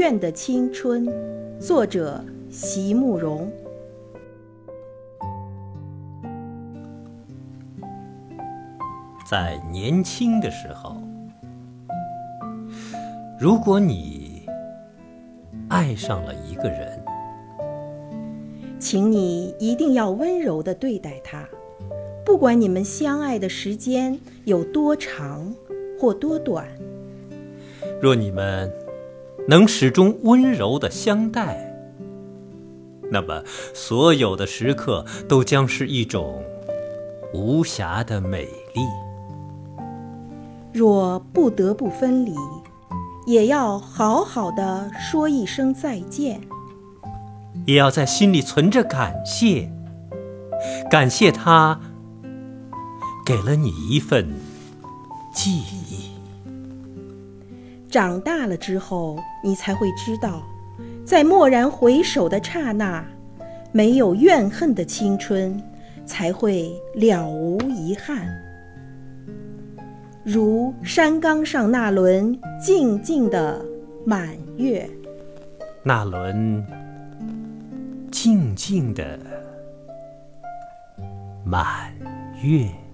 怨的青春》，作者席慕容。 在年轻的时候，如果你爱上了一个人， 请你一定要温柔地对待他，不管你们相爱的时间有多长或多短。 若你们能始终温柔地相待，那么所有的时刻都将是一种无暇的美丽。 若不得不分离，也要好好的说一声再见， 也要在心里存着感谢，感谢他给了你一份记忆。 长大了之后，你才会知道，在蓦然回首的刹那，没有怨恨的青春才会了无遗憾。如山岗上那轮静静的满月， 那轮静静的满月。